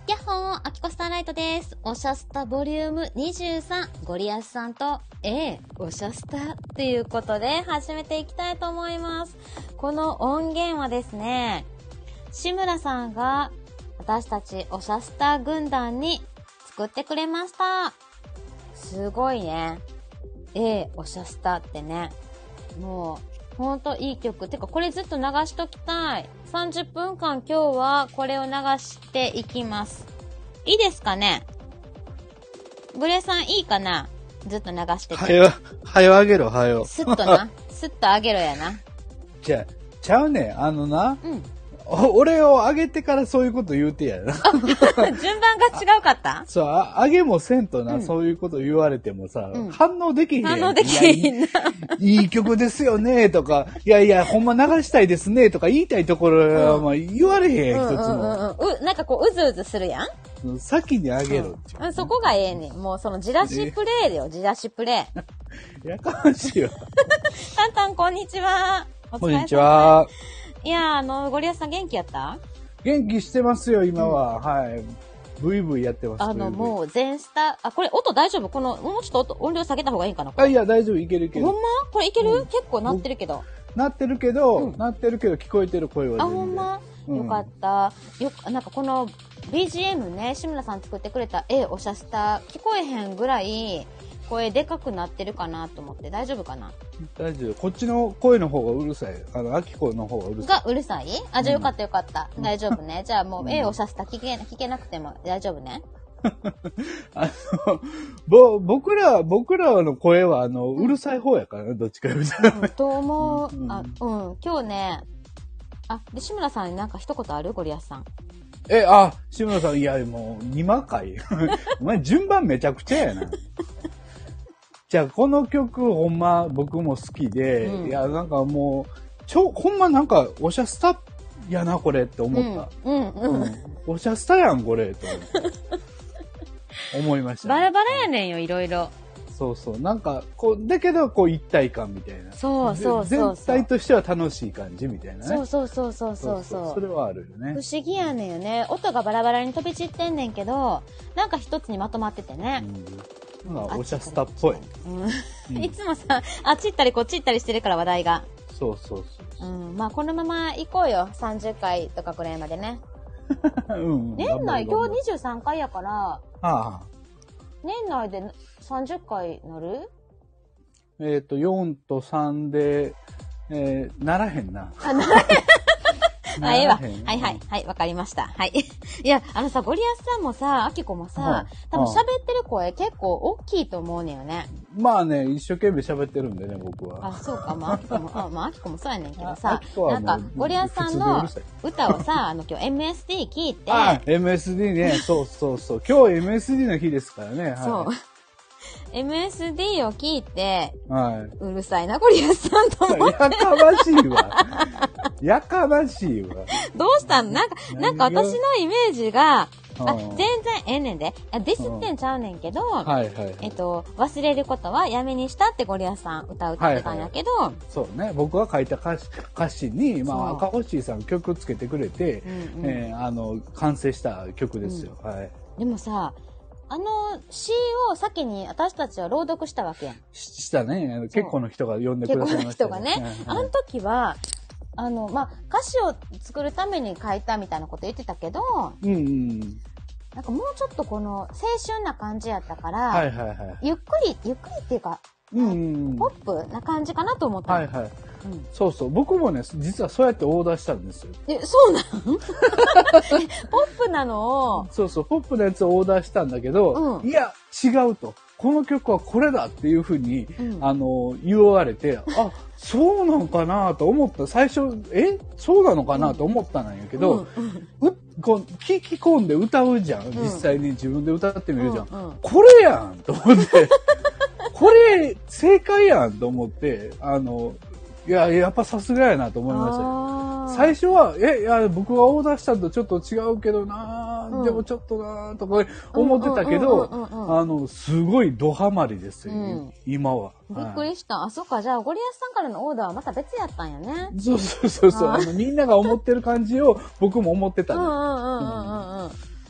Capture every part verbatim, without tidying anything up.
やっほー、アキコスターライトです。おしゃスタボリュームにじゅうさん、ゴリアスさんと A、おしゃスタということで始めていきたいと思います。この音源はですね、志村さんが私たちおしゃスタ軍団に作ってくれました。すごいね。A、おしゃスタってね。もう、ほんといい曲。てかこれずっと流しときたい。さんじゅっぷんかん今日はこれを流していきます。いいですかね？グレさんいいかな？ずっと流してて。 はよ、はよあげろ、はよ。 スッとな。スッとあげろやな。 じゃあ、ちゃうねん。あのな、 うん。 俺をあげてからそういうこと言うてやな。 順番が違うかった？ そう、ああげもせんとな、 うん、 そういうこと言われてもさ、うん、反応できへんやん。 反応できへんな。 いい曲ですよね、とか、いやいや、ほんま流したいですね、とか言いたいところは、まあ言われへん、一つも。うんうんうんうん、う、なんかこう、うずうずするやん。 先にあげろって、 うん。そこがええねん。もうそのじらしプレイだよ、じらしプレイ。 やかましいよ。 タンタン、こんにちは。 お疲れ様。こんにちは。 いやー、あの、ゴリアスさん元気やった？ 元気してますよ、今は。うん、はい。ブイブイやってます。 あの、もう、全スタ、あ、これ音大丈夫？この、もうちょっと音、音量下げた方がいいかな？ あ、いや、大丈夫、いけるいける。 ほんま？これいける？うん、結構鳴ってるけど。 鳴ってるけど、うん、鳴ってるけど、聞こえてる声は全然。 あ、ほんま？うん、よかった。よく、なんかこの ビージーエム ね、志村さん作ってくれた絵、おしゃスタ、聞こえへんぐらい、声でかくなってるかなと思って、大丈夫かな？ 大丈夫。こっちの声の方がうるさい。あの、アキコの方がうるさい。 がうるさい？あ、じゃあよかったよかった。うん、大丈夫ね。じゃあもう、絵をさせた聞け、聞けなくても大丈夫ね。 あの、ぼ、僕ら、僕らの声は、あの、うるさい方やからね、どっちか言うと。 うん、と思う。うん、あ、うん。今日ね、あ、で、志村さんになんか一言ある？ゴリアスさん。 え、あ、志村さん、いや、もう、にまかい。お前、順番めちゃくちゃやな。じゃあ、この曲、ほんま、僕も好きで、うん、いや、なんかもう、ちょ、ほんまなんか、おしゃスタやな、これって思った。 うん、うん、うん。 おしゃスタやん、これ、と思いました、ね。 バラバラやねんよ、いろいろ。 そうそう。なんか、こう、だけど、こう、一体感みたいな。 そうそうそうそう。全体としては楽しい感じみたいなね。 そうそうそうそうそうそう。 それはあるよね。 不思議やねんよね。音がバラバラに飛び散ってんねんけど、なんか一つにまとまっててね。 うん。なんか、おしゃスタっぽい。 うん。いつもさ、あっち行ったりこっち行ったりしてるから話題が。 そうそうそう。 うん。まあ、このまま行こうよ。さんじゅっかいとかくらいまでね。 うん。 年内、今日にじゅうさんかいやから、 ああ。 年内でさんじゅっかいなる？ えっと、よんとさんで、えー、ならへんな。 あ、ならへん。あ、ええわ。はいはい。はい、わかりました。はい。いや、あのさ、ゴリアスさんもさ、アキコもさ、多分喋ってる声結構大きいと思うねよね。 まあね、一生懸命喋ってるんでね、僕は。 あ、そうか。まあ、アキコも、あ、まあ、アキコもそうやねんけどさ、なんか、ゴリアスさんの歌をさ、あの、今日 エムエスディー 聞いて。 あ、エムエスディー ね。そうそうそう。今日 エムエスディー の日ですからね。はい、 そう。エムエスディー を聞いて、 はい、 うるさいな、ゴリアスさんと思って。 やかましいわ。やかましいわ。 どうしたん？なんか、なんか私のイメージが、あ、全然ええねんで。ディスってんちゃうねんけど、 はいはいはい、 えっと、忘れることはやめにしたってゴリアスさん歌うってたんやけど、はいはい、 そうね。僕が書いた歌詞、歌詞に、まあ、赤星さん曲つけてくれて、うんうん、えー、あの、完成した曲ですよ。うん、はい。 でもさ、あの詩を先に私たちは朗読したわけやん。 し, したね。結構の人が読んでくださいました、ね。 結構の人がね。あの時は、あの、まあ、歌詞を作るために書いたみたいなこと言ってたけど、 うんうん、 なんかもうちょっとこの青春な感じやったから、 はいはいはい、 ゆっくり、ゆっくりっていうか、 うんうん、 ポップな感じかなと思った。 はいはい。うん、そうそう。僕もね、実はそうやってオーダーしたんですよ。 え、そうなの？ポップなのを。 そうそう、ポップなやつをオーダーしたんだけど、うん、いや、違うと。この曲はこれだっていうふうに、うん、あの、言われて、あ、そうなんかなと思った。最初、えそうなのかなと思ったんやけど、うんうん、うこう聞き込んで歌うじゃん。実際に自分で歌ってみるじゃん。うんうん、これやんと思って。これ、正解やんと思って、あの、いや、やっぱさすがやなと思いましたよ。最初は、え、いや、僕がオーダーしたのとちょっと違うけどな、うん、でもちょっとなとか思ってたけど、あの、すごいドハマりですよ、うん、今は。 びっくりした。はい、あ、そっか、じゃあ、ゴリアスさんからのオーダーはまた別やったんやね。 そうそうそうそう。あの、みんなが思ってる感じを僕も思ってたの。うんうんうんうんうん。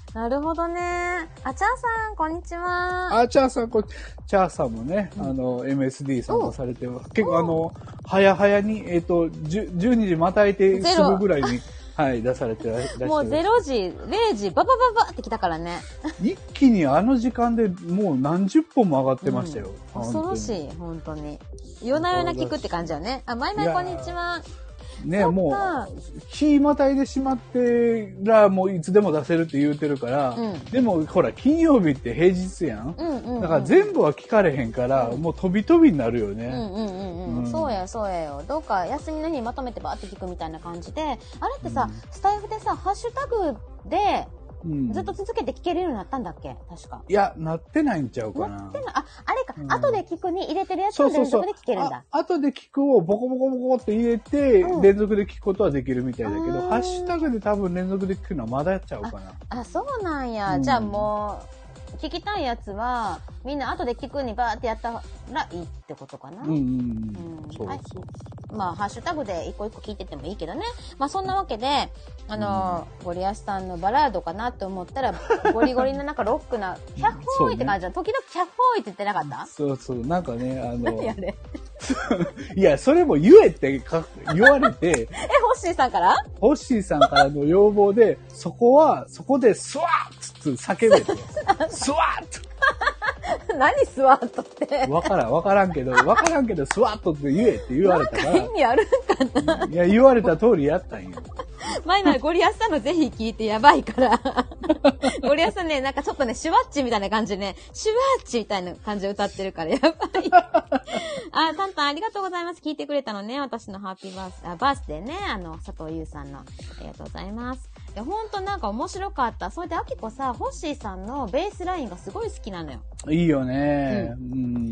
なるほどね。あ、チャーさん、こんにちは。 あ、チャーさん、こ、チャーさんもね、うん、あの、エムエスディー 参加されて、結構あの、早々に、えっ、ー、と、じゅうにじまたいてすぐぐらいに、はい、出されてらっしゃる。 もうれいじ、れいじ、ババババって来たからね。 一気にあの時間でもう何十本も上がってましたよ。 うん、恐ろしい、本当に。夜な夜な聞くって感じよね。あ、マイマイこんにちは。 ね、もう、日またいでしまってら、もういつでも出せるって言うてるから、うん、でも、ほら、金曜日って平日やん。うんうんうん、だから全部は聞かれへんから、うん、もう飛び飛びになるよね。 うんうんうんうん。そうやそうやよ。どうか休みの日まとめてバーって聞くみたいな感じで、あれってさ、うん、スタイフでさ、ハッシュタグで、うん、ずっと続けて聞けるようになったんだっけ確か。 いや、なってないんちゃうかな。 なってない。あ、あれか。うん、後で聞くに入れてるやつを連続で聞けるんだ。そうそうそう。 後で聞くをボコボコボコって入れて、うん、連続で聞くことはできるみたいだけど、ハッシュタグで多分連続で聞くのはまだやっちゃうかな。 あ、あそうなんや。うん、じゃあもう、聞きたいやつは、みんな後で聞くにバーってやったらいいってことかな。うんうんうん。うん、そうそう。はい、まあ、ハッシュタグで一個一個聞いててもいいけどね。まあ、そんなわけで、あの、うん、ゴリアスさんのバラードかなと思ったら、ゴリゴリのなんかロックな、ヒャッホーイって感じだ。ね、時々ヒャッホーイって言ってなかった？ そうそう、なんかね、あの、 何あれいや、それも言えってか言われて。 え、ホッシーさんからホッシーさんからの要望で、そこは、そこでスワーッつって叫べて。スワーッ何スワットって。 わからん、わからんけど、わからんけど、スワットって言えって言われたから。 意味あるんかな。 いや、言われた通りやったんよ。 前のゴリアスさんのぜひ聞いてやばいから。ゴリアスさんね、なんかちょっとね、シュワッチみたいな感じでね、シュワッチみたいな感じで歌ってるからやばい。あ、タンタンありがとうございます。聞いてくれたのね。私のハッピーバース、あ、バースデーね。あの、佐藤優さんの。ありがとうございます。いや、ほんとなんか面白かった。それで、アキコさ、ホッシーさんのベースラインがすごい好きなのよ。 いいよね。うん、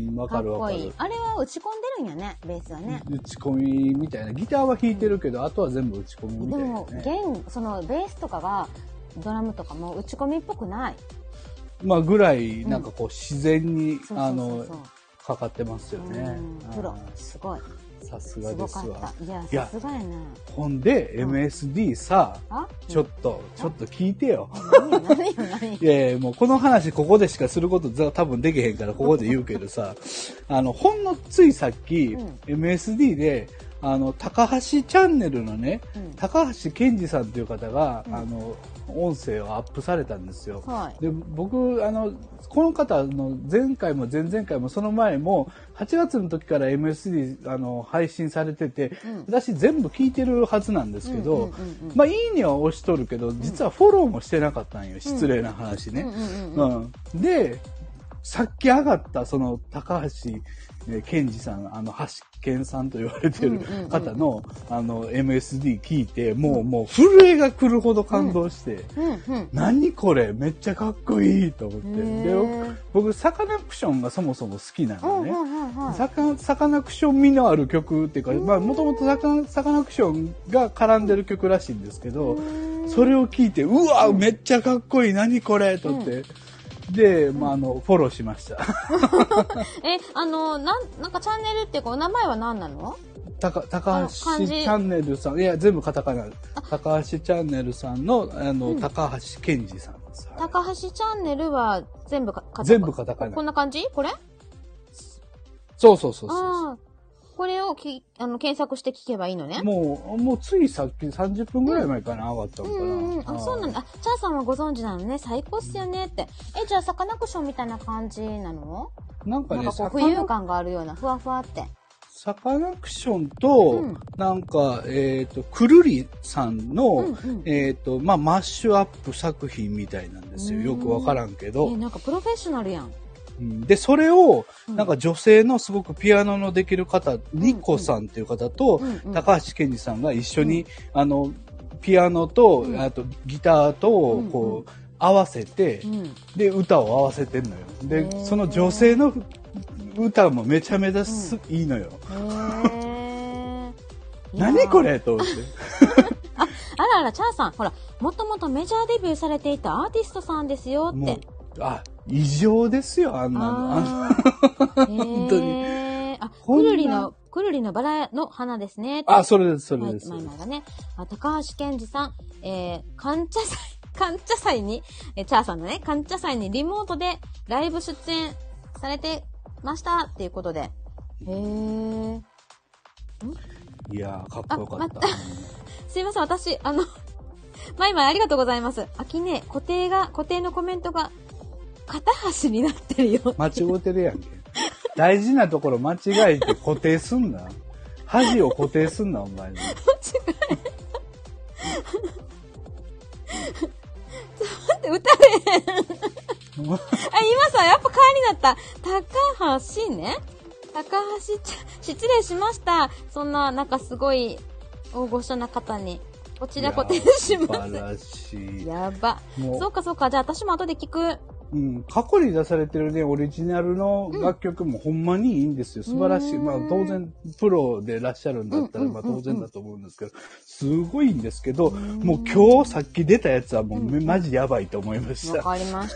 わ、うん、かるわかる。かっこいい。 あれは打ち込んでるんやね、ベースはね。 打ち込みみたいな。ギターは弾いてるけど、うん、あとは全部打ち込みみたいな、ね。 でも、弦、その、ベースとかが、ドラムとかも打ち込みっぽくない。 まあ、ぐらい、なんかこう、自然に、うん、あの、かかってますよね。 プロ、すごい。 さすがですわ。 すごかった。いや、さすがやな。 ほんで、うん、エムエスディー さ、ちょっと、ちょっと聞いてよ。 何よ、何よ、何よ。 いやいや、もうこの話ここでしかすること多分できへんからここで言うけどさ、あの、ほんのついさっき、うん、エムエスディー で、あの、高橋チャンネルのね、うん、高橋健二さんという方が、うん、あの、音声をアップされたんですよ。はい、で、僕、あの、この方の前回も前々回もその前も、はちがつの時から エムエスディー あの配信されてて、うん、私全部聞いてるはずなんですけど、まあいいには押しとるけど、実はフォローもしてなかったんよ。失礼な話ね。で、さっき上がったその高橋健二さん、あの、橋健さんと言われてる方の、あの、エムエスディー 聞いて、もう、もう、震えが来るほど感動して、何これめっちゃかっこいいと思って。で、僕、サカナクションがそもそも好きなのね。サカ、サカナクション味のある曲っていうか、まあ、もともとサカ、サカナクションが絡んでる曲らしいんですけど、それを聞いて、うわ、めっちゃかっこいい、何これと思って。で、まあ、あの、フォローしました。 え、あの、なん、なんかチャンネルっていうか、お名前は何なの？ たか、高橋チャンネルさん。いや、全部カタカナ。高橋チャンネルさんの、あの、うん、高橋健二さんです。 高橋チャンネルは全部カタカナ。 全部カタカナ。 こんな感じ？これ？ そうそうそうそう。 あこれをきあの検索して聞けばいいのね。 もう、もうついさっきさんじゅっぷんぐらい前かな、うん、上がったのかな。うんうん、 あ、そうなんだ。あ、チャーさんはご存知なのね。最高っすよねって。え、じゃあサカナクションみたいな感じなの？ なんかね、 なんかこう浮遊感があるような、ふわふわって。 サカナクションと、うん、なんか、えっ、ー、と、くるりさんの、うんうん、えっ、ー、と、まあ、マッシュアップ作品みたいなんですよ。よくわからんけど。 え、なんかプロフェッショナルやん。 で、それを、なんか女性のすごくピアノのできる方、うん、ニコさんっていう方と、うんうん、高橋健二さんが一緒に、うん、あの、ピアノと、うん、あとギターと、こう、うんうん、合わせて、うん、で、歌を合わせてんのよ。で、その女性の歌もめちゃめちゃす、うん、いいのよ。何これと思って。 あ、あらあら、チャーさん、ほら、もともとメジャーデビューされていたアーティストさんですよって。 あ、異常ですよ、あんなの。あ本当に。 あ、くるりの、くるりのバラの花ですね。 あ、それです、それです。 前々がね。あ、高橋健二さん、えー、感謝祭。 カンチャ祭に、え、チャーさんのね、カンチャ祭にリモートでライブ出演されてましたっていうことで。へー。 いやー、かっこよかった。 すいません、私、あの、マイマイありがとうございます。あきね、固定が、固定のコメントが、片端になってるよ。 間違ってるやんけ。大事なところ間違えて固定すんな。端を固定すんな、お前に。間違え。 ちょっと待って、打たれへん。あ、今さ、やっぱ帰りだった。高橋ね。高橋ちゃん、失礼しました。そんな、なんかすごい、大御所な方に。こちら固定します。素晴らしい。 やば。そうかそうか。じゃあ私も後で聞く。 うん。過去に出されてるね、オリジナルの楽曲もほんまにいいんですよ。素晴らしい。まあ当然、プロでいらっしゃるんだったら、まあ当然だと思うんですけど、すごいんですけど、もう今日さっき出たやつはもうマジやばいと思いました。 わかりました。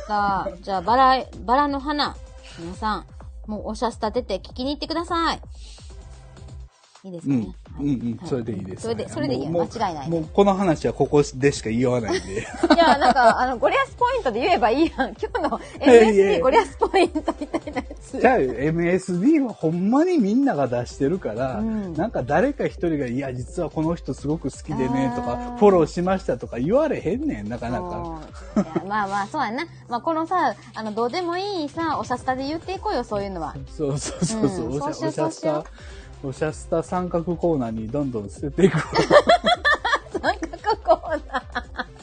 じゃあバラ、バラの花。皆さん、もうおしゃスタ出て聞きに行ってください。いいですかね。 うん、うん、うん、それでいいです、ね。 それで、それでいいよ。間違いない、 ね。もうこの話はここでしか言わないんで。いや、なんか、あの、ゴリアスポイントで言えばいいやん。今日の エムエスディー ゴリアスポイントみたいなやつ。 じゃあ、エムエスディー はほんまにみんなが出してるから、うん、なんか誰か一人が、いや、実はこの人すごく好きでね、とか、フォローしましたとか言われへんねん、なかなか。 いやまあまあ、そうやな。まあ、このさ、あの、どうでもいいさ、おしゃスタで言っていこうよ、そういうのは。 そうそうそうそう、うん、おしゃ、おしゃスタ。おしゃスタ三角コーナーにどんどん捨てていく。 三角コーナー。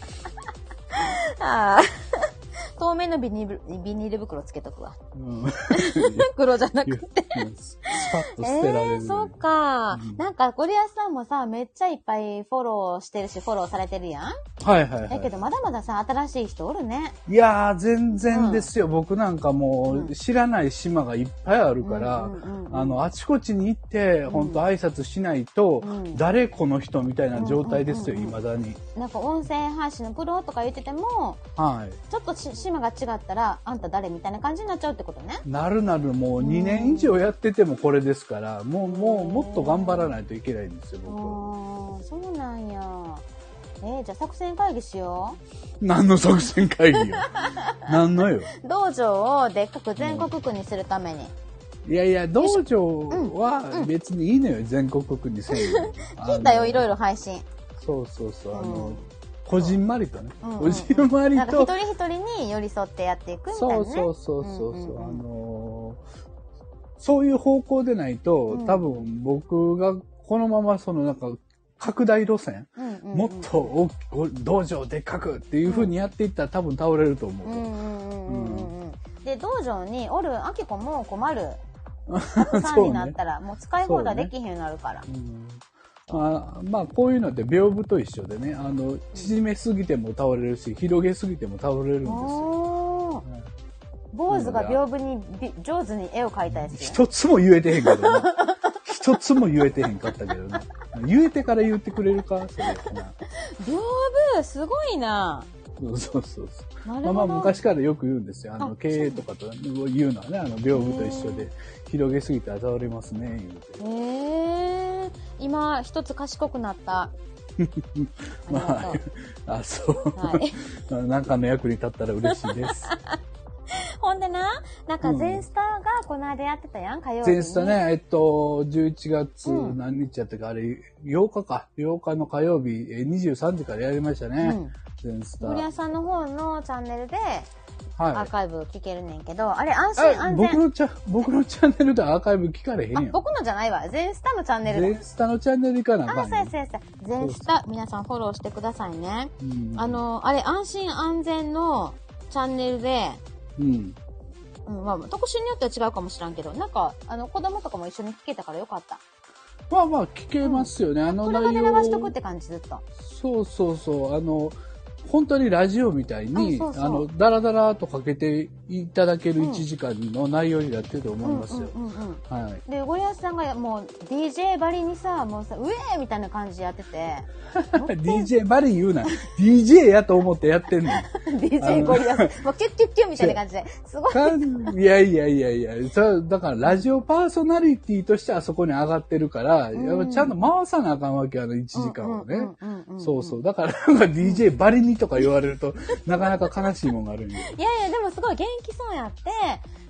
ああ。透明のビニール、ビニール袋つけとくわ。うん、黒じゃなくて。スパッと捨てられる。 えー、そうか、うん。なんか、ゴリアスさんもさ、めっちゃいっぱいフォローしてるし、フォローされてるやん。 はいはいはい。 だけど、まだまださ、新しい人おるね。 いやー、全然ですよ。うん、僕なんかもう、知らない島がいっぱいあるから、あの、あちこちに行って、ほんと挨拶しないと、うん、誰この人みたいな状態ですよ、うんうんうんうん、未だに。 なんか、音声配信のプロとか言ってても、はい。ちょっとし島が違ったら、あんた誰みたいな感じになっちゃうってことね。 なるなる、もうにねん以上やっててもこれですから、もう、もう、もっと頑張らないといけないんですよ、僕は。 ああ、そうなんや。えー、じゃあ作戦会議しよう。何の作戦会議よ。何のよ。 道場をでっかく全国区にするために。 いやいや、道場は別にいいのよ、うん、全国区にせんの。 聞いたよ、いろいろ配信。 そうそうそう、あの、うん、こじんまりとね。うんうん、こじんまりと。 一人一人に寄り添ってやっていくみたいな、ね。 そうそうそうそう、うんうんうん、あのー、そういう方向でないと、うん、多分僕がこのままそのなんか、拡大路線、うんうんうん、もっとお道場でっかくっていう風にやっていったら多分倒れると思う。で、道場におるアキコも困る。さんになったら、ね、もう使い放題できへんようになるから。 あまあこういうのって屏風と一緒でね、あの縮めすぎても倒れるし、広げすぎても倒れるんですよ。 坊主が屏風に上手に絵を描いたやつ。 一つも言えてへんけどね。一つも言えてへんかったけどね。言えてから言ってくれるかそれな。 屏風すごいな。 そうそうそうそう。まあまあ昔からよく言うんですよ。あの経営とかと言うのはね、あの屏風と一緒で広げすぎて当たりますね。 へえ。今一つ賢くなった。 まあ、あそう。はい。なんかの役に立ったら嬉しいです。 ほんでな、なんか全スタがこの間やってたやん、火曜日に。 全スタね、えっと、じゅういちがつ何日やったか、あれ、ようかか。ようかの火曜日、にじゅうさんじからやりましたね。うん、全スタ。 森谷さんの方のチャンネルで、アーカイブ聞けるねんけど、はい、あれ安心安全。 僕のチャ、僕のチャンネルでアーカイブ聞かれへんやん。 僕のじゃないわ。全スタのチャンネルで。 全スタのチャンネル行かなあかん、ね。あ、そうそうそう。全スタ、皆さんフォローしてくださいね。うん、あの、あれ安心安全のチャンネルで、うん。うん、まあ、特集によっては違うかもしらんけど、なんか、あの、子供とかも一緒に聞けたからよかった。 まあまあ、聞けますよね、うん、あの内容。 車で流しとくって感じずっと。 そうそうそう、あの、本当にラジオみたいに、そうそうそうあの、ダラダラとかけていただけるいちじかんの内容になってると思いますよ。 はい。で、ゴリアスさんがもう ディージェー ばりにさ、もうさ、うえーみたいな感じでやってて。 ディージェー ばり言うな。ディージェー やと思ってやってんの。 ディージェー ゴリアス。もうキュッキュッキュッみたいな感じで。すごい。 いやいやいやいや、そだからラジオパーソナリティとしてあそこに上がってるから、うん、やっぱちゃんと回さなあかんわけ、あのいちじかんをね。そうそう。だからなんか ディージェー ばりにとか言われると、なかなか悲しいもんがあるんで。いやいや、でもすごい元気そうやって、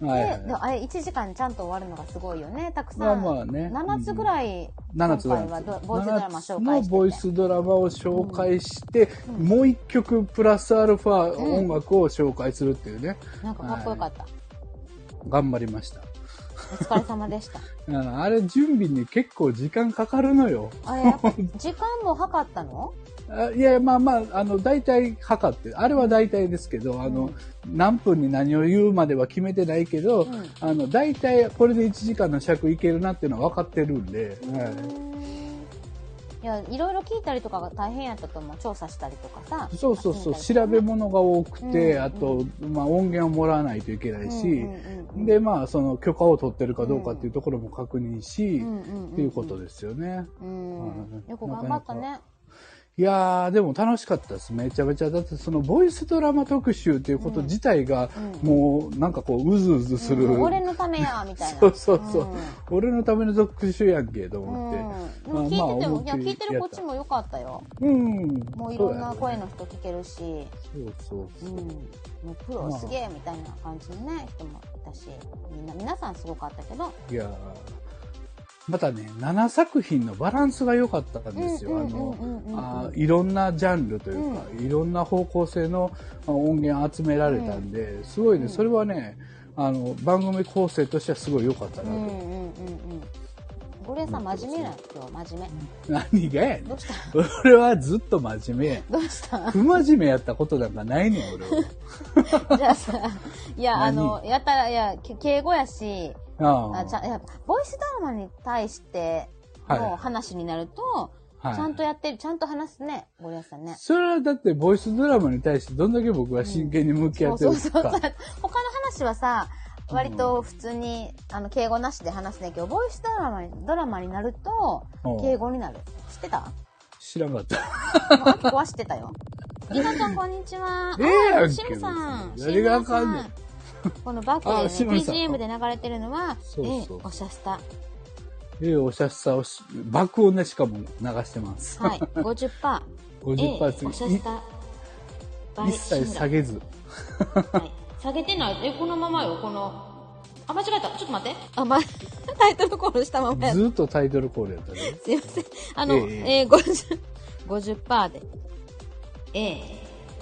はいはい、で、であれいちじかんちゃんと終わるのがすごいよね。たくさん。まあまあね。ななつぐらい、ななつ今回はボイスドラマ紹介してて。のボイスドラマを紹介して、うん、もう一曲プラスアルファ音楽を紹介するっていうね。 うん、なんかかっこよかった。はい、 頑張りました。 お疲れ様でした。 あれ準備に結構時間かかるのよ。 あれ、時間も測ったの？ あいや、まあまあ、あの、大体測って、あれは大体ですけど、うん、あの、何分に何を言うまでは決めてないけど、うん、あの、大体これでいちじかんの尺いけるなっていうのは分かってるんで、はい。 いや、いろいろ聞いたりとかが大変やったと思う。調査したりとかさ。 そうそうそう。ね、調べ物が多くて、うんうん、あと、まあ音源をもらわないといけないし、うんうんうん、で、まあその許可を取ってるかどうかっていうところも確認し、うんうん、っていうことですよね。 うんうん、よく頑張ったね。 いやー、でも楽しかったです。めちゃめちゃ。だってそのボイスドラマ特集っていうこと自体が、もうなんかこう、うずうずする。 うん、俺のためや、みたいな。 そうそうそう、うん。俺のための特集やんけ、と思って。 うん、でも聞いてても、まあ、いや、聞いてるこっちも良かったよ。うん。もういろんな声の人聞けるし。 そうそうそう。うん。もうプロすげえ、みたいな感じのね、人もいたし、みんな、皆さんすごかったけど。 いやー。またね、ななさく品のバランスが良かったんですよ。あの、いろんなジャンルというか、うん、いろんな方向性の音源集められたんで、うん、すごいね、それはね、あの、番組構成としてはすごい良かったなと。うんうんうんうん。 ゴリアさん真面目な、今日真面目。 何がやねん。 どうした？ 俺はずっと真面目やん。 どうした？ 不真面目やったことなんかないねん、俺は。じゃあさ、いや、あの、やったら、いや、敬語やし、ああちゃやボイスドラマに対しての話になると、はい、ちゃんとやってる、ちゃんと話すね、ゴリアスさんね。 それはだってボイスドラマに対してどんだけ僕は真剣に向き合ってるか、うん、そうそうそう。 他の話はさ、割と普通に、うん、あの敬語なしで話すねんけど、ボイスドラマにドラマになると敬語になる。知ってた？ 知らんかった。 あきこは知ってたよ。りなちゃんこんにちは。 ええやんけ。 シムさん。 誰がわかんねん。 このバックでね、ビージーエム で流れてるのは、そうそう、えー、おしゃスタ。 えー、おしゃスタをし、爆音でしかも流してます。 はい、ごじゅっパーセント。 ごじゅっパーセント。 おしゃスタ。 一切下げず。 はい。下げてない。え、このままよ、この。あ、間違えた。ちょっと待って。あ、ま、タイトルコールしたままや。 ずっとタイトルコールやったね。 すいません。あの、えー、えー、ごじゅう、ごじゅっパーセント で。ええー。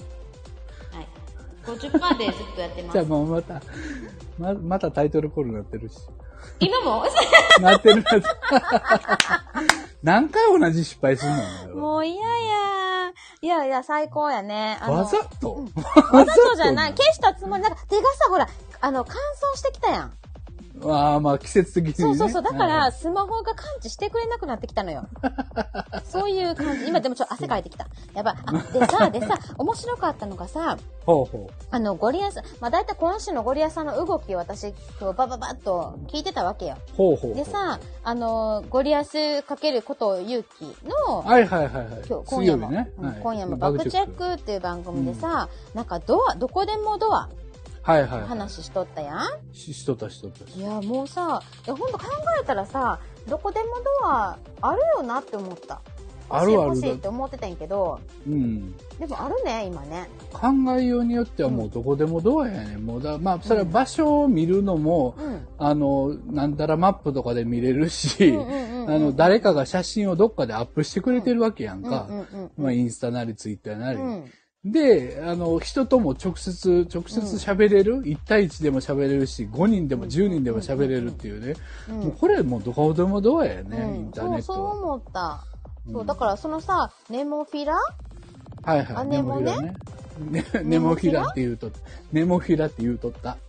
ごじゅっパーセント でずっとやってます。 じゃあもうまた、ま、またタイトルコールになってるし。 今もなってるなってる。何回同じ失敗するの？ もう嫌や。いやいや、最高やね。 わざと、うん、 わざとじゃない。消したつもり。なんか手がさ、ほら、あの、乾燥してきたやん。 ああ、まあ季節的にね。 そうそうそう。だから、スマホが感知してくれなくなってきたのよ。そういう感じ。今でもちょっと汗かいてきた。やばい。あ、でさ、でさ、面白かったのがさ、 ほうほう。 あの、ゴリアス、まあ大体今週のゴリアスさんの動きを私、今日バババッと聞いてたわけよ。 ほうほうほう。 でさ、あの、ゴリアスかけること勇気の、 はいはいはいはい。 今日、今夜も、 ねうんはい、今夜もバックチェックっていう番組でさ、うん、なんかドア、どこでもドア、 はいはい、はい。 話しとったやんし、しとったしとった。 いや、もうさ、いや、ほんと考えたらさ、どこでもドア、あるよなって思った。 あるある。 欲しいって思ってたんやけど、 うん。 でもあるね、今ね。 考えようによってはもうどこでもドアやね、うん。もうだ、まあ、それは場所を見るのも、うん、あの、なんだらマップとかで見れるし、あの、誰かが写真をどっかでアップしてくれてるわけやんか。まあ、インスタなりツイッターなり。うんで、あの、人とも直接、直接喋れる、うん、いち対いちでも喋れるし、ごにんでもじゅうにんでも喋れるっていうね。うん、もうこれもうどこでもドアやね、うん、インターネットは。 そう、そう思った。そう、だからそのさ、ネモフィラはいはい。 ネモね。 ネモフィラって言うと、ネモフィラって言うとった。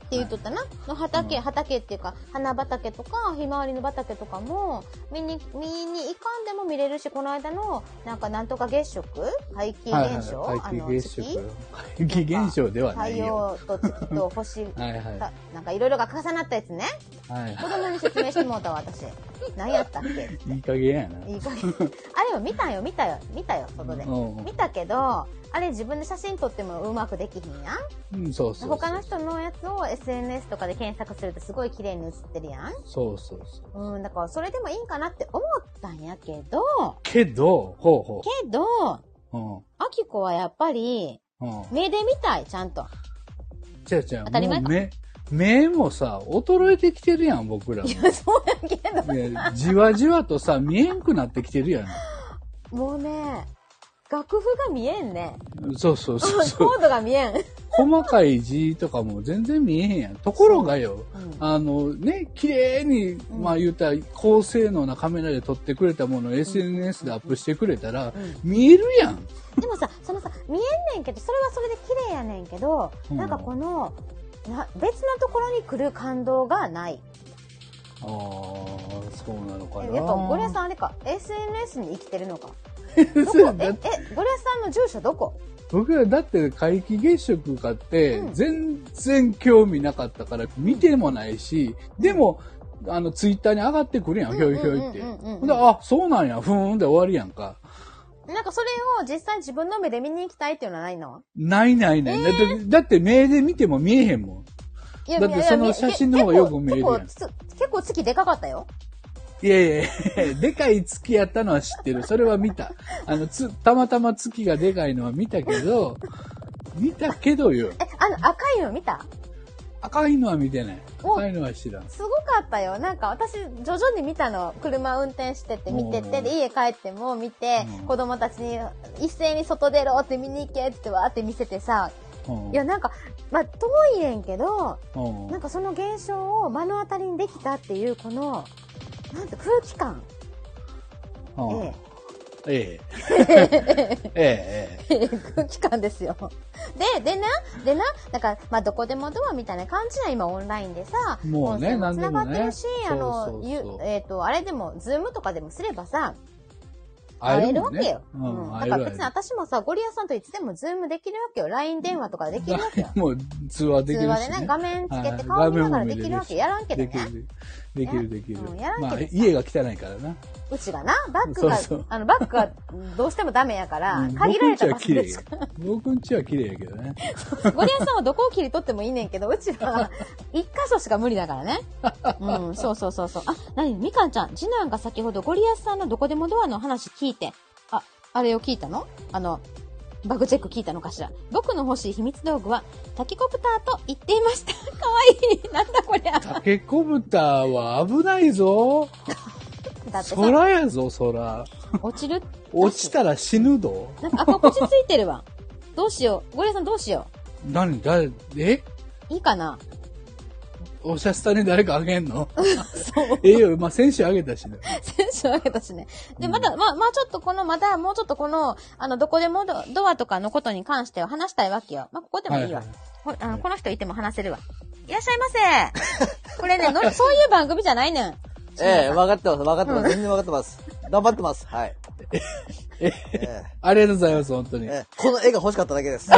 言っとったな。の畑、うん、畑っていうか、花畑とか、ひまわりの畑とかも、見に、見に行かんでも見れるし、この間の、なんかなんとか月食皆既現象、はいはい、 皆既月食皆既現象ではないよ。 太陽と月と星はい、はい、なんかいろいろが重なったやつね。はい、子供に説明してもうたわ、私。何やったっけいい加減やな。 いい加減。あれを見たよ、見たよ、見たよ、外で。うん、見たけど、あれ自分で写真撮ってもうまくできひんやん。うん、そうそうそう。他の人のやつを エスエヌエス とかで検索するとすごい綺麗に写ってるやん。 そうそうそう。 うん、だからそれでもいいんかなって思ったんやけど。 けど、ほうほう。 けど、うん。あきこはやっぱり、うん、目で見たい、ちゃんと。 じゃあじゃあ、当たり前か。目、目もさ、衰えてきてるやん、僕らも。 いや、そうやけど。 いや、じわじわとさ、見えんくなってきてるやん。 もうね、楽譜が見えんね。 そうそうそうそう。 コードが見えん。 細かい字とかも全然見えへんやん。ところがよ、うん、あのね、綺麗に、うん、まあ言うたら高性能なカメラで撮ってくれたものを エスエヌエス でアップしてくれたら、うん、見えるやん。 でもさ、そのさ、見えんねんけど、それはそれで綺麗やねんけど、うん、なんかこの、な別のところに来る感動がない。 ああ、そうなのかな。 やっぱゴリアさんあれか、エスエヌエス に生きてるのか。どこえ、え、ゴリアさんの住所どこ？ 僕はだって皆既月食かって全然興味なかったから見てもないし、うん、でも、あのツイッターに上がってくるやん、ひょいひょいって。で、あ、そうなんや、ふーんで終わりやんか。 なんかそれを実際自分の目で見に行きたいっていうのはないの？ ないないない。えー、だって、だって目で見ても見えへんもん。いやだってその写真の方がよく見えるやん。 結構、結構月でかかったよ。 いやいやいや、でかい月やったのは知ってる。それは見た。あの、つ、たまたま月がでかいのは見たけど、見たけどよ。 え、あの、赤いの見た？ 赤いのは見てない。赤いのは知らん。 すごかったよ。なんか私、徐々に見たの。車運転してて見てて、で、家帰っても見て、子供たちに一斉に外出ろって見に行けって言ってわーって見せてさ、いや、なんか、まあ、遠いねんけど、なんかその現象を目の当たりにできたっていう、この、なんて空気感。 ええ。ええ。ええ。 空気感ですよ。で、でな、でな、だから、まあ、どこでもドアみたいな感じな今オンラインでさ、 もうね、 音声も繋がってるし、 ね、 あの、えっと、あれでも、ズームとかでもすればさ、会えるわけよ。うん。だから別に私もさ、ゴリアさんといつでもズームできるわけよ。ライン 電話とかできるわけよ。 もう通話できるし、ね。 通話でね、画面つけて顔見ながらできるわけ。やらんけどね。 できる、できる、できる。 うん、やらんけど、まあ。 家が汚いからな。 うちがな、バッグが、そうそうあの、バッグがどうしてもダメやから、限られた場所です。 僕んちは綺麗やけどね。 ゴリアさんはどこを切り取ってもいいねんけど、うちは一箇所しか無理だからね。うん、そうそうそうそう。あ、なに、みかんちゃん、次男が先ほどゴリアスさんのどこでもドアの話聞いて、あ、あれを聞いたの？あの、バグチェック聞いたのかしら。僕の欲しい秘密道具はタケコプターと言っていました。かわいい。なんだこりゃ。 タケコプターは危ないぞ。だってさ。空やぞ、空。 落ちる？ 落ちたら死ぬど。 なんか赤口ついてるわ。どうしよう。ゴリラさんどうしよう。何？誰？え？ いいかな？ おしゃスタに誰かあげんの？そう。ええよ、まあ、選手あげたしね。 選手あげたしね。で、まだ、うん、まあ、まあ、ちょっとこの、まだ、もうちょっとこの、あの、どこでもド、ドアとかのことに関しては話したいわけよ。まあ、ここでもいいわ。はいはい、あのこの人いても話せるわ。いらっしゃいませ。これねの、そういう番組じゃないねん。 ええ、分かってます、分かってます。全然分かってます。頑張ってます。はい。 ええ、ありがとうございます、本当に。えこの絵が欲しかっただけです。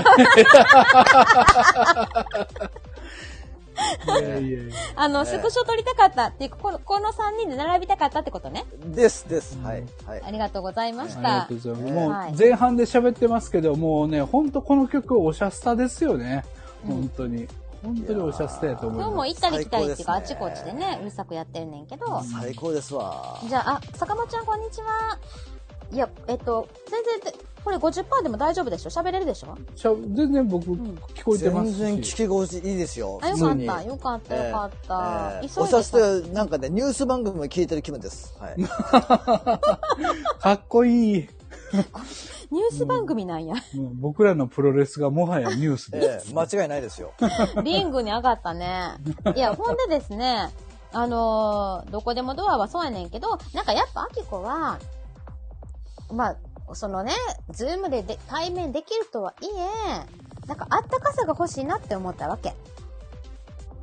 いやいやいやあの、スクショ撮りたかったっていう、この、このさんにんで並びたかったってことね。 ですです。はい。はい。 ありがとうございました。 ありがとうございます。もう前半で喋ってますけど、もうね、ほんとこの曲おしゃスタですよね。本当に。本当におしゃスタやと思います。 今日も行ったり来たりっていうか、あちこちでね、うるさくやってるねんけど。 最高ですわ。 じゃあ、あ、坂本ちゃんこんにちは。いや、えっと、全然、これ ごじゅっパーセント でも大丈夫でしょ？喋れるでしょ？ しゃ全然僕、うん、聞こえてますし。 全然聞き心地いいですよ。 あ、よかった、よかった、よかった。 えーえー、おしゃスタなんかね、ニュース番組も聞いてる気分です。はい。 かっこいい。 ニュース番組なんや、 うんうん。僕らのプロレスがもはやニュースです、 えー。間違いないですよ。 リングに上がったね。いや、ほんでですね、あのー、どこでもドアはそうやねんけど、なんかやっぱアキコは、まあ、そのね、ズームでで対面できるとはいえ、なんかあったかさが欲しいなって思ったわけ。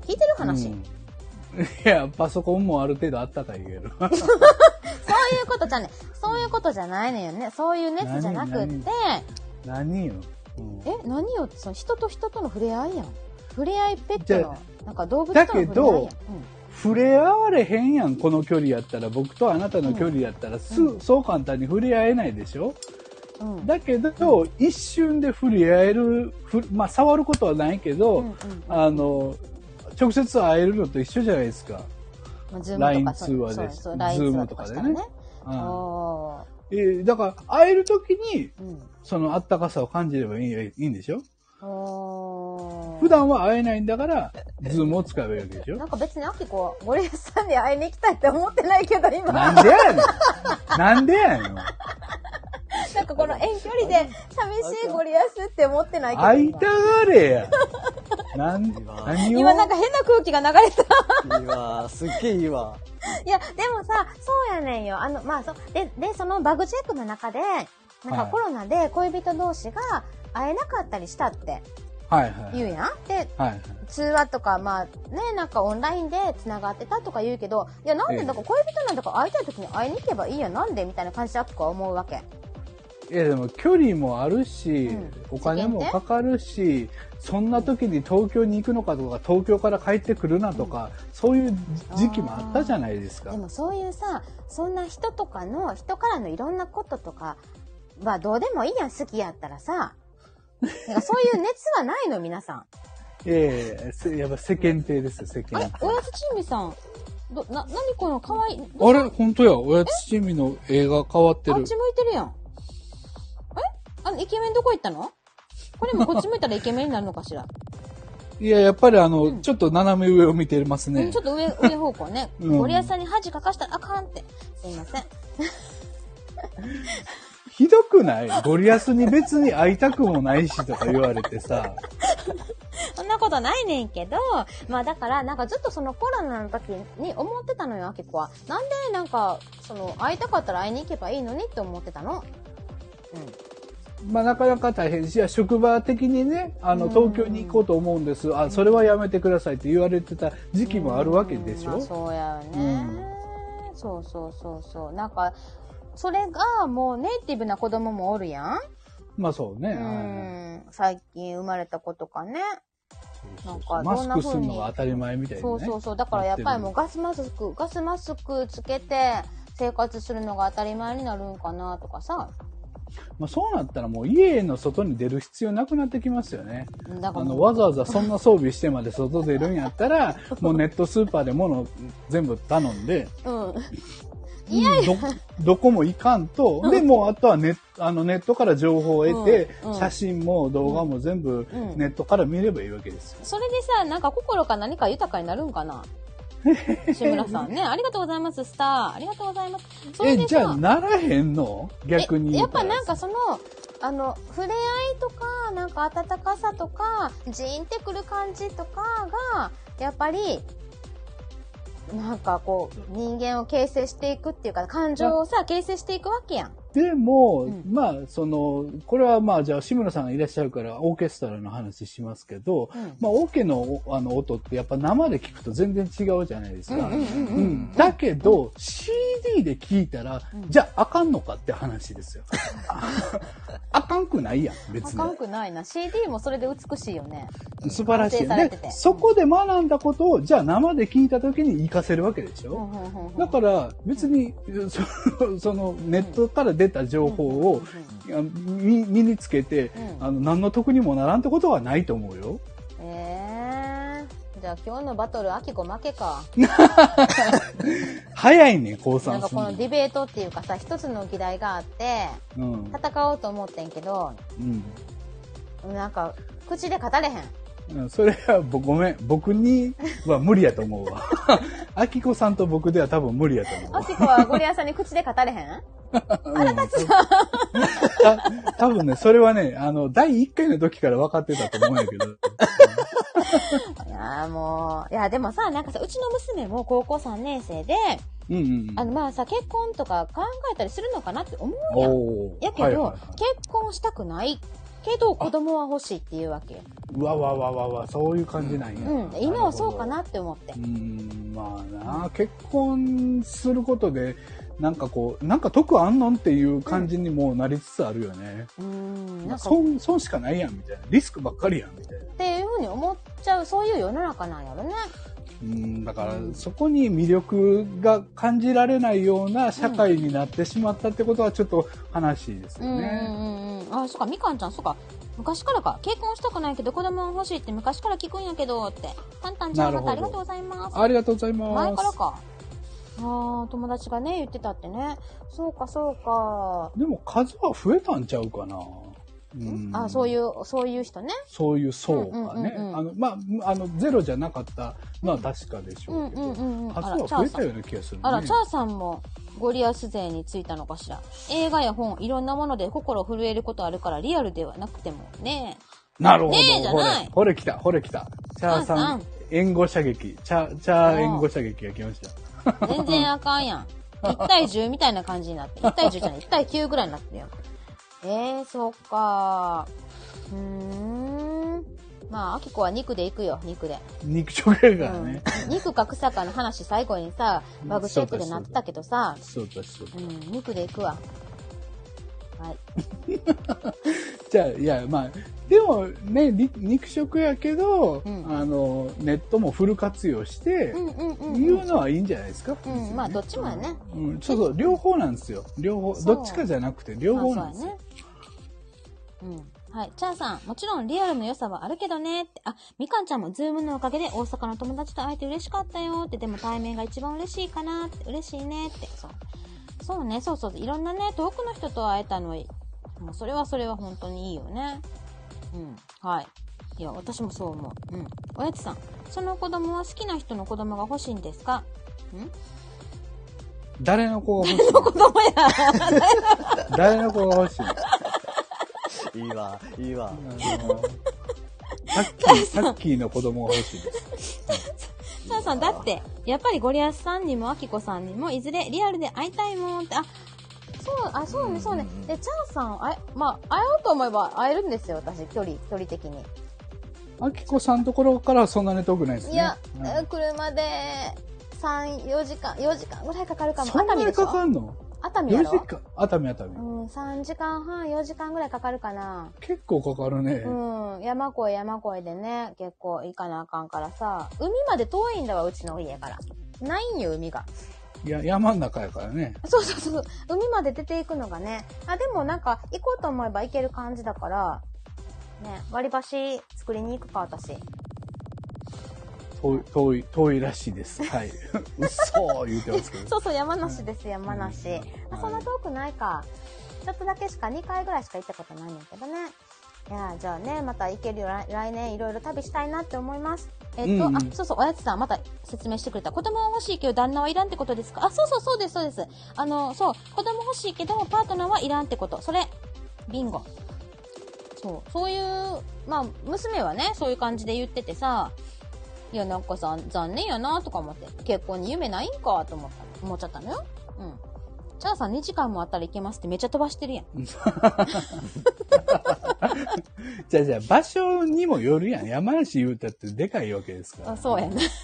聞いてる話、うん、 いや、パソコンもある程度あったかいけど。 そういうことじゃね、そういうことじゃないのよね。そういう熱じゃなくって。 何よ。 うん、え、何よって、その人と人との触れ合いやん。触れ合いペットの、なんか動物との触れ合いやん。だけど、うん、 触れ合われへんやん、この距離やったら。僕とあなたの距離やったら、す、うん、そう簡単に触れ合えないでしょ、うん、だけど、うん、一瞬で触れ合える、まあ、触ることはないけど、うんうん、あの、直接会えるのと一緒じゃないですか。ライン 通話で、ズームとかでね。えー、だから、会えるときに、うん、そのあったかさを感じればいい、いいんでしょ？普段は会えないんだから、ズームを使えばいいわけでしょ？なんか別にアキコはゴリアスさんに会いに行きたいって思ってないけど、今。 なんでやねんなんでやねんなんかこの遠距離で寂しいゴリアスって思ってないけど。 会いたがれや。なん何を今なんか変な空気が流れた。いいわ。すっげえいいわ。 いや、でもさ、そうやねんよ。あの、まあ、そ、で、で、そのバグチェックの中で、なんかコロナで恋人同士が会えなかったりしたって。 はいはい。 言うやん。で、はいはい、通話とか、まあね、なんかオンラインで繋がってたとか言うけど、いや、なんでだから恋人なんだから会いたい時に会いに行けばいいやん。なんでみたいな感じだとか思うわけ。 いやでも距離もあるし、うん、お金もかかるし、そんな時に東京に行くのかとか、東京から帰ってくるなとか、うん、そういう時期もあったじゃないですか。 でもそういうさ、そんな人とかの、人からのいろんなこととかはどうでもいいやん、好きやったらさ。なんかそういう熱はないの、皆さん。 ええ、やっぱ世間体ですよ、世間体。 あれ、おやつちんみさん。ど、な、なにこの可愛い。 あれほんとや、おやつちんみの映画変わってる。 あっち向いてるやん。あの、イケメンどこ行ったの？これもこっち向いたらイケメンになるのかしら？ いや、やっぱりあの、うん、ちょっと斜め上を見てますね。 うん、ちょっと上、上方向ね。うん、ゴリアスさんに恥かかしたらあかんって。すいません。 ひどくない？ゴリアスに別に会いたくもないしとか言われてさ。 そんなことないねんけど、まあだから、なんかずっとそのコロナの時に思ってたのよ、アキコは。なんでなんか、その、会いたかったら会いに行けばいいのにって思ってたの。 うん。まあなかなか大変し、職場的にね、あの、東京に行こうと思うんです。あ、それはやめてくださいって言われてた時期もあるわけでしょ。まあ、 そうやね、うん。そうそうそうそう。なんか、それがもうネイティブな子供もおるやん。 まあそうね。 うん。最近生まれた子とかね。 なんかマスクするのが当たり前みたいなね。 そうそうそう。だからやっぱりもうガスマスク、ガスマスクつけて生活するのが当たり前になるんかなとかさ。 まあ、そうなったらもう家の外に出る必要なくなってきますよね。あのわざわざそんな装備してまで外出るんやったらもうネットスーパーで物全部頼んで、うん、いやいや ど, どこも行かんと、うん、でもうあとはネあのネットから情報を得て、うんうん、写真も動画も全部ネットから見ればいいわけですよ。 それでさ、なんか心か何か豊かになるんかな。志村さんね、ありがとうございます、スター。ありがとうございます。 それでさ、え、じゃあ、ならへんの？逆に。 やっぱなんかその、あの、触れ合いとか、なんか温かさとか、ジーンってくる感じとかが、やっぱり、なんかこう、人間を形成していくっていうか、感情をさ、形成していくわけやん。 でも、うん、まあ、その、これはまあ、じゃあ、志村さんがいらっしゃるから、オーケストラの話しますけど、うん、まあ、オーケの、あの、音ってやっぱ生で聞くと全然違うじゃないですか。だけど、シーディー で聞いたら、うん、じゃあ、あかんのかって話ですよ。あかんくないやん、別に。 あかんくないな。シーディー もそれで美しいよね。 素晴らしい。で、そこで学んだことを、じゃあ生で聞いた時に活かせるわけでしょ。だから、別に、そ, その、ネットから出た情報を身につけて、うん、あの何の得にもならんってことはないと思うよ。 えー、じゃあ今日のバトル、アキコ負けか。 早いね、降参するの。 なんかこのディベートっていうかさ、一つの議題があって、うん、戦おうと思ってんけど、うん、なんか口で語れへん。 それはごめん、僕には無理やと思うわ。アキコさんと僕では多分無理やと思うわ。 アキコはゴリアさんに口で語れへん？あら立つな。 多分ね、それはね、あの、だいいっかいの時から分かってたと思うんやけど。いやもう、いやでもさ、なんかさ、うちの娘も高校さんねん生で、うんうん、あのまあさ、結婚とか考えたりするのかなって思うやん。やけど、はいはいはい、結婚したくないけど子供は欲しいっていうわけよ。 うわわわわわ、そういう感じなんや。 うん、今はそうかなって思って。 うん、まあな、結婚することで、なんかこう、なんか得あんのんっていう感じにもなりつつあるよね。うん、なんか損、損しかないやんみたいな。リスクばっかりやんみたいな。 っていうふうに思っちゃう、そういう世の中なんやろね。 うん、だから、うん、そこに魅力が感じられないような社会になってしまったってことはちょっと悲しいですよね。うんうんうん。あ、そっか、みかんちゃん、そっか。昔からか。結婚したくないけど子供欲しいって昔から聞くんやけどって。パンタンちゃん、またありがとうございます。 ありがとうございます。 前からか。ああ、友達がね、言ってたってね。そうか、そうか。 でも数は増えたんちゃうかな。 うん、あ、そういう、そういう人ね。 そういう層がね。あの、まあ、あの、ゼロじゃなかったのは確かでしょうけど、数は増えたような気がするね。 あら、チャーさんもゴリアス勢についたのかしら。映画や本、いろんなもので心震えることあるからリアルではなくてもね。 なるほど。 ねえじゃない。 ほれ来た、ほれ来た。チャーさん、援護射撃。チャー、チャー援護射撃が来ました。 全然あかんやん。いち対じゅうみたいな感じになって。いち対じゅうじゃない、いち対きゅうぐらいになってるよ。えー、そっかー。うーん。まあ、アキコは肉で行くよ、肉で。 肉食やからね、 うん。肉か草かの話最後にさ、バグシェイクでなったけどさ。 そうだそうだ。 うん、肉で行くわ。はい。 じゃあ、いや、まあ、でもね、肉食やけど、うん、あの、ネットもフル活用して、言うのはいいんじゃないですか。 うん、まあ、どっちもやね。 うん、そうそう、両方なんですよ。両方、どっちかじゃなくて、両方なんですよ。 うん。はい。チャーさん、もちろんリアルの良さはあるけどねって。あ、みかんちゃんもズームのおかげで大阪の友達と会えて嬉しかったよって。でも対面が一番嬉しいかなって。嬉しいねって。そう。そうね、そうそう。いろんなね、遠くの人と会えたのは、もうそれはそれは本当にいいよね。うん。はい。いや、私もそう思う。うん。おやつさん、その子供は好きな人の子供が欲しいんですか？ん？ 誰の子が欲しい？ 誰の子供や誰の子が欲しいいいわ、いいわ。 タッキー、タッキーの子供が欲しいです。 チャーさん、だって、やっぱりゴリアスさんにもアキコさんにもいずれリアルで会いたいもんって、あ、そう、あ、そうね、そうね。で、チャーさん、あ、まあ、会おうと思えば会えるんですよ、私、距離、距離的に。 アキコさんのところからはそんなに遠くないですね。 いや、うん、車でさん、よじかん、よじかんぐらいかかるかも。 そんなにかかんの？ 熱海やろ？よじかん、 熱海熱海。 うん、さんじかんはん、よじかんぐらいかかるかな。 結構かかるね。 うん、山越え山越えでね、結構行かなあかんからさ、海まで遠いんだわ、うちの家から。ないんよ、海が。 いや、山の中やからね。 そうそうそう。海まで出ていくのがね。あ、でもなんか、行こうと思えば行ける感じだから、ね、割り箸作りに行くか、私。 遠い、遠い、遠いらしいです。はい。うっそー言うてますけど。 そうそう、山梨です、山梨。うん、あ、そんな遠くないか。ちょっとだけしか、にかいぐらいしか行ったことないんだけどね。いや、じゃあね、また行けるよ、来年いろいろ旅したいなって思います。えっと、うんうん、あ、そうそう、おやつさん、また説明してくれた。子供は欲しいけど旦那はいらんってことですか？あ、そうそう、そうです、そうです。あの、そう、子供欲しいけどパートナーはいらんってこと。それ、ビンゴ。そう、そういう、まあ、娘はね、そういう感じで言っててさ、いや、なんかさ、残念やなとか思って、結婚に夢ないんかと思った、思っちゃったのよ。うん。チャーさんにじかんもあったらいけますってめっちゃ飛ばしてるやん。 じゃあじゃあ場所にもよるやん。山梨言うたってでかいわけですから、 ね。あ、そうやな。ね、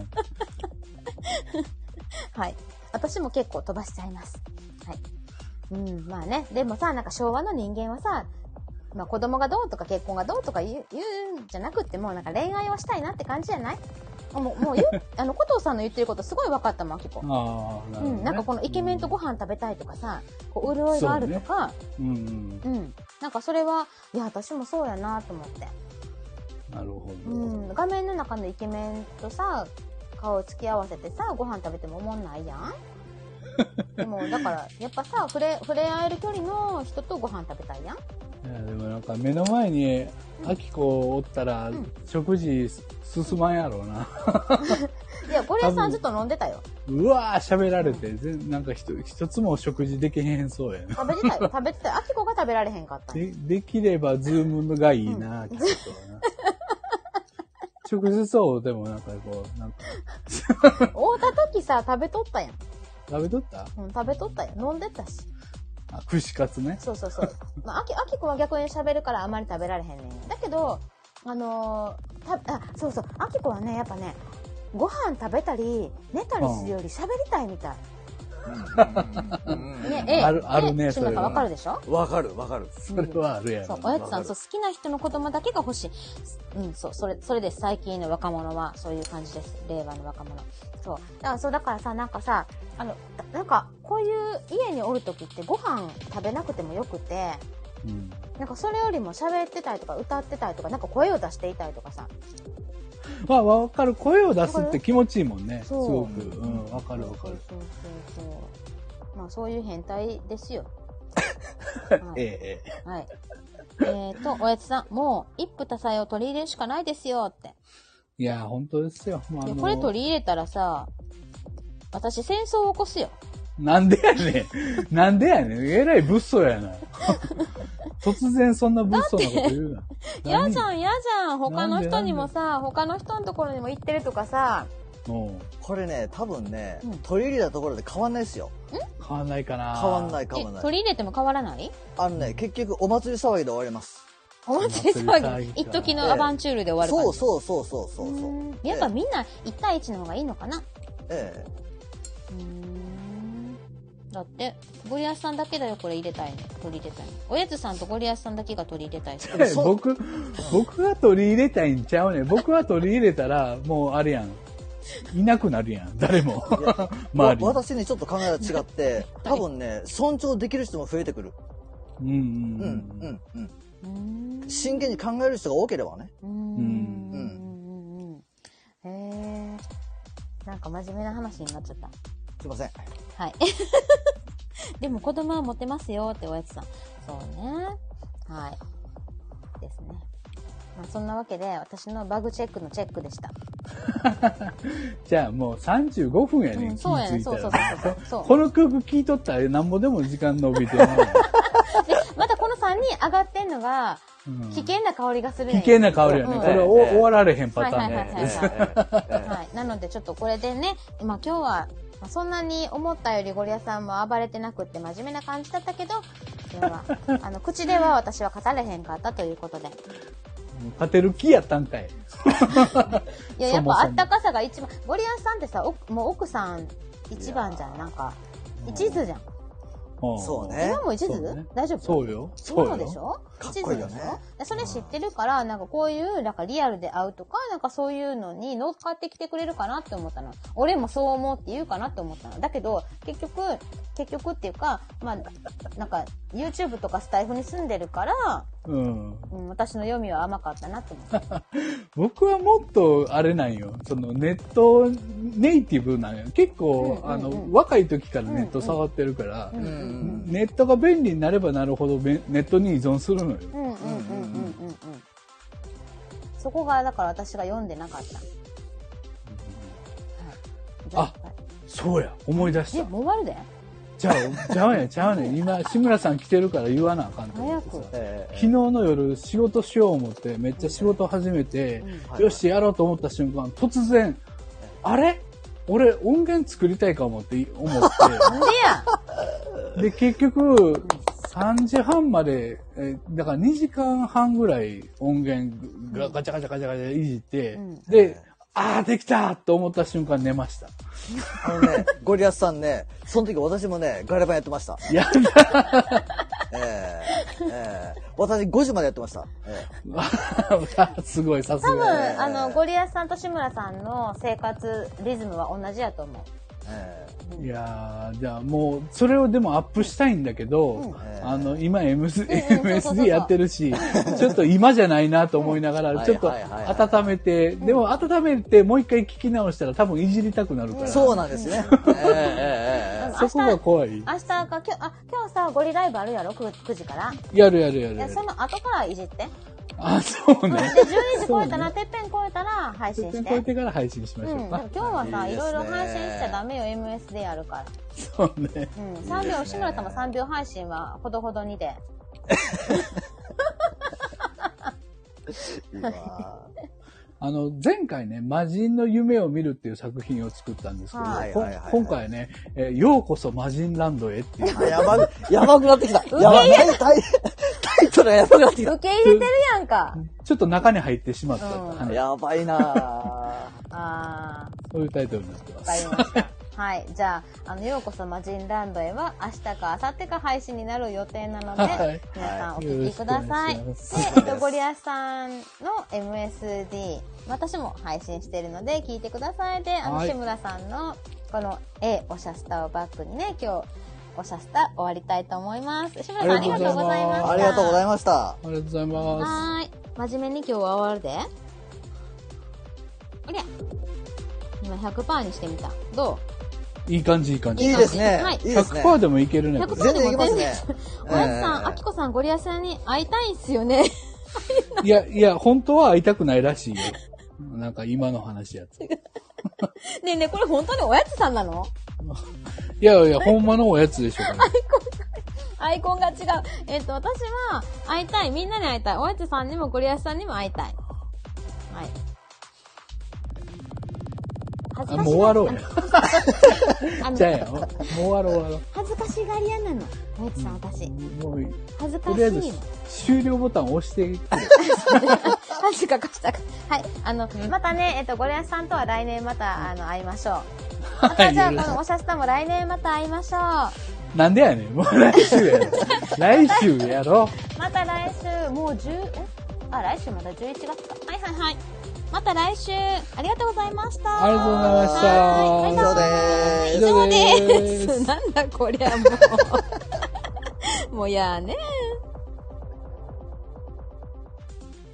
はい。私も結構飛ばしちゃいます。はい。うん、まあね。でもさ、なんか昭和の人間はさ、まあ子供がどうとか結婚がどうとか言う、言うんじゃなくっても、なんか恋愛をしたいなって感じじゃない？もう、もう言う、あの、古藤さんの言ってることすごい分かったもん、結構。ああ、なるほど、ね。うん、なんかこのイケメンとご飯食べたいとかさ、こう、潤いがあるとか、ね、うん、うん。うん。なんかそれは、いや、私もそうやなと思って。 なるほど。 うん。画面の中のイケメンとさ、顔を付き合わせてさ、ご飯食べても思んないやん。でも、だから、やっぱさ、触れ、触れ合える距離の人とご飯食べたいやん。 いやでもなんか目の前にアキコおったら、うん、食事進まんやろうな。 いや、ゴリアスさんずっと飲んでたよ。 うわー喋られて、うん、なんか一つも食事できへんそうやな。 食べてたよ、食べてたよ。アキコが食べられへんかったで。できればズームがいいな、きっとな。食事そうでもなんかこう、なんか。 会うた時さ、食べとったやん。 食べとった？ うん、食べとったやん。飲んでたし。 あ、串カツね。 そうそうそう。まあ、あき、あきこは逆に喋るからあまり食べられへんねん。だけど、あのー、た、あ、そうそう。あきこはね、やっぱね、ご飯食べたり、寝たりするより喋りたいみたい。ね、え、 ある、あるね、 それ。なんかわかるでしょ？ わかる、わかる。 それはあるやん。 そう、おやつさん、そう、好きな人の子供だけが欲しい。うん、そう、それ、それです。最近の若者は、そういう感じです。令和の若者。そう。だから、そう、だからさ、なんかさ、あの、なんか、こういう家におるときってご飯食べなくてもよくて、うん、なんかそれよりも喋ってたりとか歌ってたりとか、なんか声を出していたりとかさ。 まあ、わかる。声を出すって気持ちいいもんね。すごく。うん、わかるわかる。 そうそうそうそう。まあ、そういう変態ですよ。 はい、ええ。はい。えーと、おやつさん、もう、一夫多妻を取り入れるしかないですよって。 いや、本当ですよ。 まあ、これ取り入れたらさ、私戦争を起こすよ。 なんでやねん。なんでやねん。えらい物騒やな。突然そんな物騒なこと言うな。 嫌じゃん、嫌じゃん。他の人にもさ、他の人のところにも行ってるとかさ。 これね、多分ね、うん、取り入れたところで変わんないですよ。 ん変わんないかな。 変わんない、変わんない。 取り入れても変わらない？ あのね、結局お祭り騒ぎで終わります。 お祭り騒ぎ、一時のアバンチュールで終わる感じ。 そうそうそうそうそうそう。 やっぱみんないち対いちの方がいいのかな？ ええ。 うーん。だって、ゴリアスさんだけだよ、これ入れたいの。取り入れたいの。おやつさんとゴリアスさんだけが取り入れたいの。僕、僕が取り入れたいんちゃうねん。僕は取り入れたら、もうあれやん。いなくなるやん、誰も。周り。 私ね、ちょっと考えが違って、多分ね、尊重できる人も増えてくる。 うんうんうん。 うんうんうん。真剣に考える人が多ければね。 うん。うんうん。へえ。なんか真面目な話になっちゃった。 すいません。 はい。でも子供は持てますよっておやつさん。そうね。はい。ですね。まあ、そんなわけで私のバグチェックのチェックでした。 じゃあもうさんじゅうごふんやねん、うん、 そうやねん。そうそうそうそう。 この曲聴いとったらなんぼでも時間伸びてる。で、 またこのさんにん上がってんのが、危険な香りがするね。 危険な香りやね。これ終わられへんパターンね。 はい。なのでちょっとこれでね、まあ今日は、まあ、そんなに思ったよりゴリアさんも暴れてなくって真面目な感じだったけど、それは、あの、口では私は語れへんかったということで。 勝てる気やったんかい。 いや、やっぱあったかさが一番、ゴリアスさんってさ、もう奥さん一番じゃん。なんか、一途じゃん。 そうね。 今も一途、ね、大丈夫？ そうよ。 そうでしょ？ かっこいいよね。 それ知ってるから、なんかこういう、なんかリアルで会うとか、なんかそういうのに乗っかってきてくれるかなって思ったの。俺もそう思うって言うかなって思ったの。だけど、結局、結局っていうか、まあ、なんか YouTube とかスタイフに住んでるから、うん、うん、私の読みは甘かったなって思った。 僕はもっとあれなんよ。そのネットネイティブなんよ。結構、うんうんうん、あの、若い時からネット触ってるから、うんうん、ネットが便利になればなるほどネットに依存するのよ。うんうんうんうんうんうん。 そこがだから私が読んでなかった。 うん、はい、あ、そうや、思い出した。 え、もう終わるで？ ちゃう、ちゃうねん、ちゃうねん。今、志村さん来てるから言わなあかんと思ってさ。昨日の夜仕事しよう思って、めっちゃ仕事始めて、うん、よし、やろうと思った瞬間、突然、あれ俺音源作りたいかもって思って。 なんでやで、結局、さんじはんまで、えだからにじかんはんぐらい音源がガチャガチャガチャガチャいじって、うん、で、あーできたと思った瞬間寝ました。 あのね、ゴリアスさんね、その時私もね、ガラバンやってました。 やだえー、えー、私ごじまでやってました。えー、すごい、さすが。 多分、あの、ゴリアスさんと志村さんの生活リズムは同じやと思う。 えー、いやー、じゃあもう、それをでもアップしたいんだけど、うん、あの、今 エムエスディー やってるし、ちょっと今じゃないなと思いながら、ちょっと温めて、でも温めてもう一回聞き直したら多分いじりたくなるから。 そうなんですね。えー、そこが怖い。 明日か、今日、あ、今日さ、ゴリライブあるやろ ?くじから。 やるやるやる。いや、 その後からいじって。 あ、そうね。 で、じゅうにじ超えたら、てっぺん超えたら配信して。てっぺん超えてから配信しましょうか。 うん、今日はさ、いろいろ配信しちゃダメよ、エムエスディー あるから。 そうね。 うん、さんびょう、志村さんもさんびょう配信はほどほどにで。 うわあの、前回ね、魔人の夢を見るっていう作品を作ったんですけど、 はいはいはいはい、 今回ね、えー、ようこそ魔人ランドへっていう。 やば、やばくなってきた。やばい、タイ、タイトルがやばくなってきた。 受け入れてるやんか。 ちょっと中に入ってしまった。 うん、やばいなぁ。 あーそういうタイトルになってます。 わかりました。はい。じゃあ、あの、ようこそ魔人ランドへは、明日か明後日か配信になる予定なので、はい、皆さんお聞きください。で、えっと、ゴリアスさんの エムエスディー、私も配信しているので、聞いてください。で、あの、志村さんの、この A、おしゃスタをバックにね、今日、おしゃスタ終わりたいと思います。志村さん、ありがとうございました。 ありがとうございました。 ありがとうございます。 はい。真面目に今日は終わるで。おりゃ。今 ひゃくパーセント にしてみた。どう？ いい感じ、いい感じ。 いいですね。 はい。 いいですね。 ひゃくパーセント でもいけるね。 ひゃくパーセント全然いけますね。 おやつさん、あきこさん、ゴリアスさんに会いたいんすよね。 いや、いや、本当は会いたくないらしいよ。なんか今の話やつ。ねえねえ、これ本当におやつさんなの？ いやいや、ほんまのおやつでしょ、これ。 アイコンが違う。えっと、私は会いたい。みんなに会いたい。おやつさんにもゴリアスさんにも会いたい。はい。 あ、もう終わろうや。じゃあや、もう終わろう終わろう。 恥ずかしがり屋なの。おやつさん、私。もう恥ずかしいの。とりあえず、 終了ボタンを押してくれ。 恥かかしたか。はい。あの、またね、えっと、ゴリアスさんとは来年また、あの、会いましょう。また、じゃあ、このおしゃスタも来年また会いましょう。 なんでやねん。もう来週やろ。来週やろ。 また来週、もうじゅう、えあ、来週まだじゅういちがつか。はいはいはい。また来週、ありがとうございました。 ありがとうございました。 以上でーす。 以上でーす。なんだこりゃもう。もうやーねー。